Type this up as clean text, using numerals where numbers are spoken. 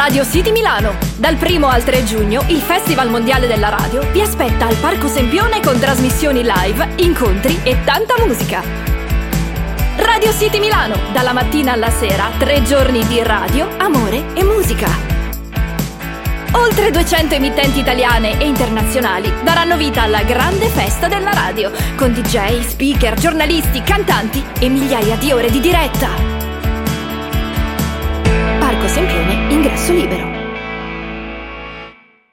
Radio City Milano. Dal 1 al 3 giugno il Festival Mondiale della Radio vi aspetta al Parco Sempione con trasmissioni live, incontri e tanta musica. Radio City Milano, dalla mattina alla sera, 3 giorni di radio, amore e musica. Oltre 200 emittenti italiane e internazionali daranno vita alla grande festa della radio, con DJ, speaker, giornalisti, cantanti e migliaia di ore di diretta. Parco Sempione, ingresso libero.